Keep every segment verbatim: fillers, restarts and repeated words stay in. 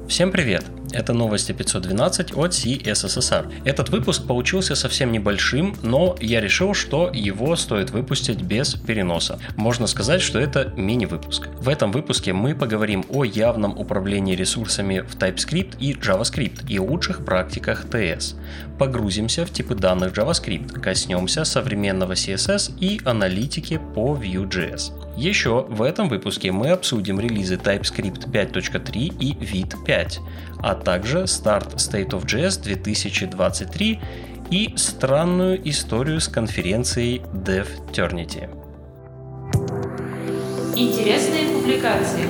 Всем привет! Это новости пятьсот двенадцать от си эс эс эс ар. Этот выпуск получился совсем небольшим, но я решил, что его стоит выпустить без переноса. Можно сказать, что это мини-выпуск. В этом выпуске мы поговорим о явном управлении ресурсами в TypeScript и JavaScript и лучших практиках ти эс. Погрузимся в типы данных JavaScript, коснемся современного си эс эс и аналитики по Vue.js. Еще в этом выпуске мы обсудим релизы TypeScript пять точка три и Vite пять, а также старт State of джей эс две тысячи двадцать три и странную историю с конференцией DevTernity. Интересные публикации.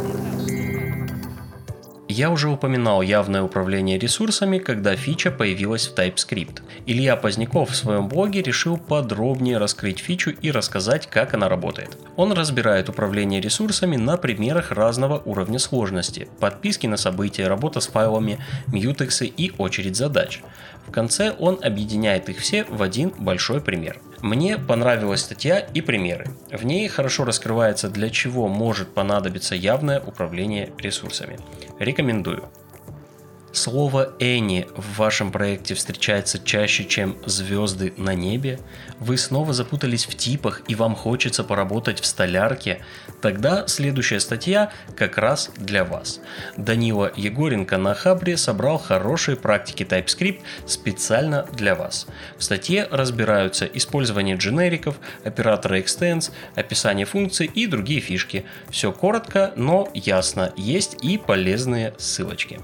Я уже упоминал явное управление ресурсами, когда фича появилась в TypeScript. Илья Поздняков в своем блоге решил подробнее раскрыть фичу и рассказать, как она работает. Он разбирает управление ресурсами на примерах разного уровня сложности: подписки на события, работа с файлами, мьютексы и очередь задач. В конце он объединяет их все в один большой пример. Мне понравилась статья и примеры. В ней хорошо раскрывается, для чего может понадобиться явное управление ресурсами. Рекомендую. Слово «any» в вашем проекте встречается чаще, чем звезды на небе? Вы снова запутались в типах и вам хочется поработать в столярке? Тогда следующая статья как раз для вас. Данила Егоренко на Хабре собрал хорошие практики TypeScript специально для вас. В статье разбираются использование дженериков, оператора extends, описание функций и другие фишки. Все коротко, но ясно. Есть и полезные ссылочки.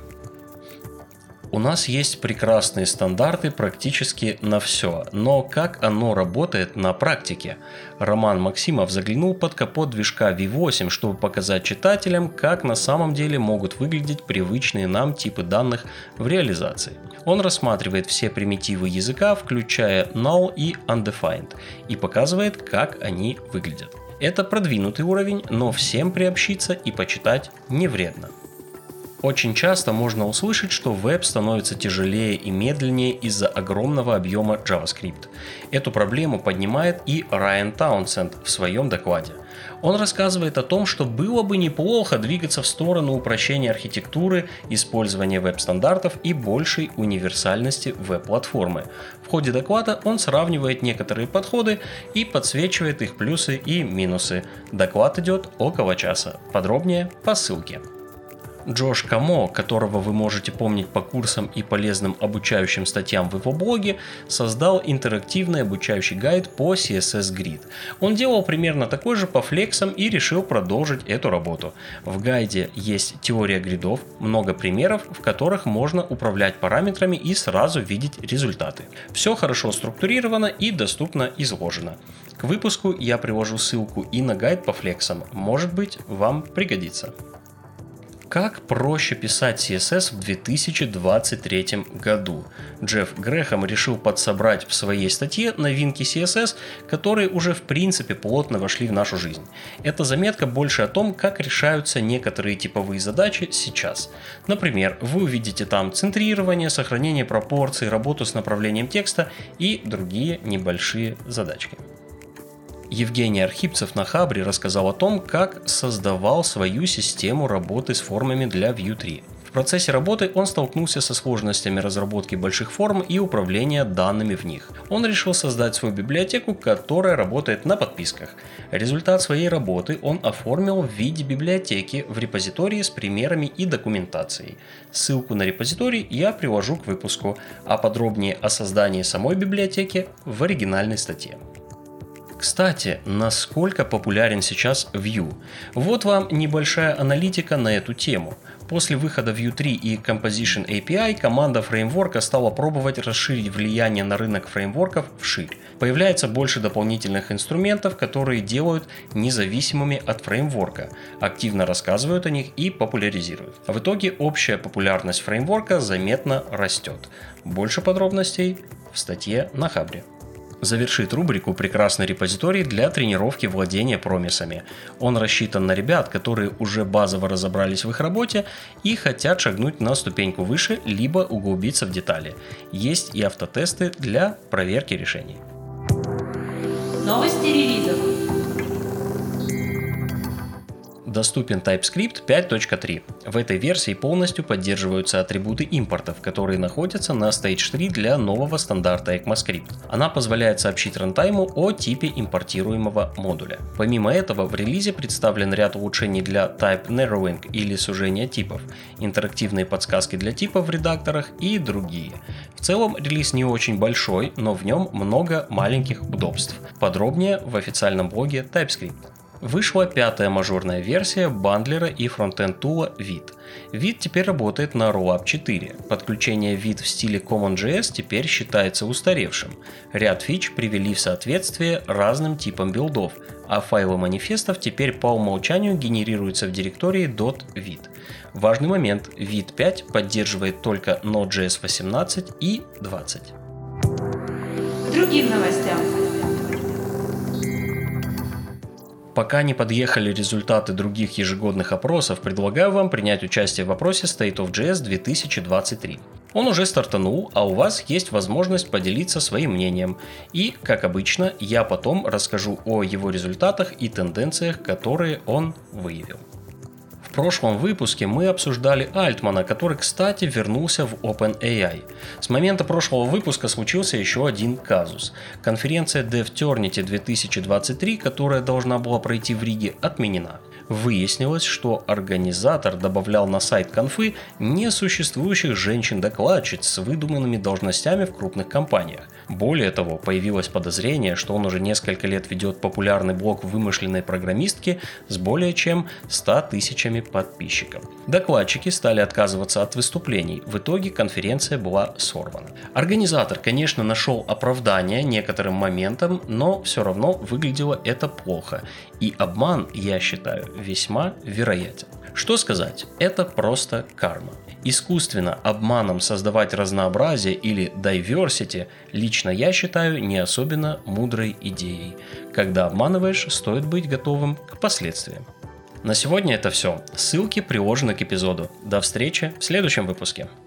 У нас есть прекрасные стандарты практически на все, но как оно работает на практике? Роман Максимов заглянул под капот движка ви восемь, чтобы показать читателям, как на самом деле могут выглядеть привычные нам типы данных в реализации. Он рассматривает все примитивы языка, включая null и undefined, и показывает, как они выглядят. Это продвинутый уровень, но всем приобщиться и почитать не вредно. Очень часто можно услышать, что веб становится тяжелее и медленнее из-за огромного объема JavaScript. Эту проблему поднимает и Райан Таунсенд в своем докладе. Он рассказывает о том, что было бы неплохо двигаться в сторону упрощения архитектуры, использования веб-стандартов и большей универсальности веб-платформы. В ходе доклада он сравнивает некоторые подходы и подсвечивает их плюсы и минусы. Доклад идет около часа. Подробнее по ссылке. Джош Камо, которого вы можете помнить по курсам и полезным обучающим статьям в его блоге, создал интерактивный обучающий гайд по си эс эс Grid. Он делал примерно такой же по флексам и решил продолжить эту работу. В гайде есть теория гридов, много примеров, в которых можно управлять параметрами и сразу видеть результаты. Все хорошо структурировано и доступно изложено. К выпуску я приложу ссылку и на гайд по флексам, может быть, вам пригодится. Как проще писать си эс эс в две тысячи двадцать третьем году? Джефф Грэхэм решил подсобрать в своей статье новинки си эс эс, которые уже в принципе плотно вошли в нашу жизнь. Эта заметка больше о том, как решаются некоторые типовые задачи сейчас. Например, вы увидите там центрирование, сохранение пропорций, работу с направлением текста и другие небольшие задачки. Евгений Архипцев на Хабре рассказал о том, как создавал свою систему работы с формами для Vue три. В процессе работы он столкнулся со сложностями разработки больших форм и управления данными в них. Он решил создать свою библиотеку, которая работает на подписках. Результат своей работы он оформил в виде библиотеки в репозитории с примерами и документацией. Ссылку на репозиторий я приложу к выпуску, а подробнее о создании самой библиотеки в оригинальной статье. Кстати, насколько популярен сейчас Vue? Вот вам небольшая аналитика на эту тему. После выхода Vue три и Composition эй пи ай команда фреймворка стала пробовать расширить влияние на рынок фреймворков вширь. Появляется больше дополнительных инструментов, которые делают независимыми от фреймворка, активно рассказывают о них и популяризируют. В итоге общая популярность фреймворка заметно растет. Больше подробностей в статье на Хабре. Завершит рубрику прекрасный репозиторий для тренировки владения промисами. Он рассчитан на ребят, которые уже базово разобрались в их работе и хотят шагнуть на ступеньку выше, либо углубиться в детали. Есть и автотесты для проверки решений. Новости релизов. Доступен TypeScript пять точка три. В этой версии полностью поддерживаются атрибуты импортов, которые находятся на стейдж три для нового стандарта ECMAScript. Она позволяет сообщить рантайму о типе импортируемого модуля. Помимо этого, в релизе представлен ряд улучшений для Type Narrowing или сужения типов, интерактивные подсказки для типов в редакторах и другие. В целом релиз не очень большой, но в нем много маленьких удобств. Подробнее в официальном блоге TypeScript. Вышла пятая мажорная версия бандлера и фронтенд тула вид. вид теперь работает на Rollup четыре. Подключение вид в стиле CommonJS теперь считается устаревшим. Ряд фич привели в соответствие разным типам билдов, а файлы манифестов теперь по умолчанию генерируются в директории .vid. Важный момент: вид пять поддерживает только Node.js восемнадцать и двадцать. К другим новостям. Пока не подъехали результаты других ежегодных опросов, предлагаю вам принять участие в опросе State of джей эс две тысячи двадцать три. Он уже стартанул, а у вас есть возможность поделиться своим мнением. И, как обычно, я потом расскажу о его результатах и тенденциях, которые он выявил. В прошлом выпуске мы обсуждали Альтмана, который, кстати, вернулся в OpenAI. С момента прошлого выпуска случился еще один казус. Конференция DevTernity две тысячи двадцать три, которая должна была пройти в Риге, отменена. Выяснилось, что организатор добавлял на сайт конфы несуществующих женщин-докладчиц с выдуманными должностями в крупных компаниях. Более того, появилось подозрение, что он уже несколько лет ведет популярный блог вымышленной программистки с более чем ста тысячами подписчиков. Докладчики стали отказываться от выступлений. В итоге конференция была сорвана. Организатор, конечно, нашел оправдание некоторым моментам, но все равно выглядело это плохо. И обман, я считаю, весьма вероятен. Что сказать, это просто карма. Искусственно обманом создавать разнообразие или diversity лично я считаю не особенно мудрой идеей. Когда обманываешь, стоит быть готовым к последствиям. На сегодня это все. Ссылки приложены к эпизоду. До встречи в следующем выпуске.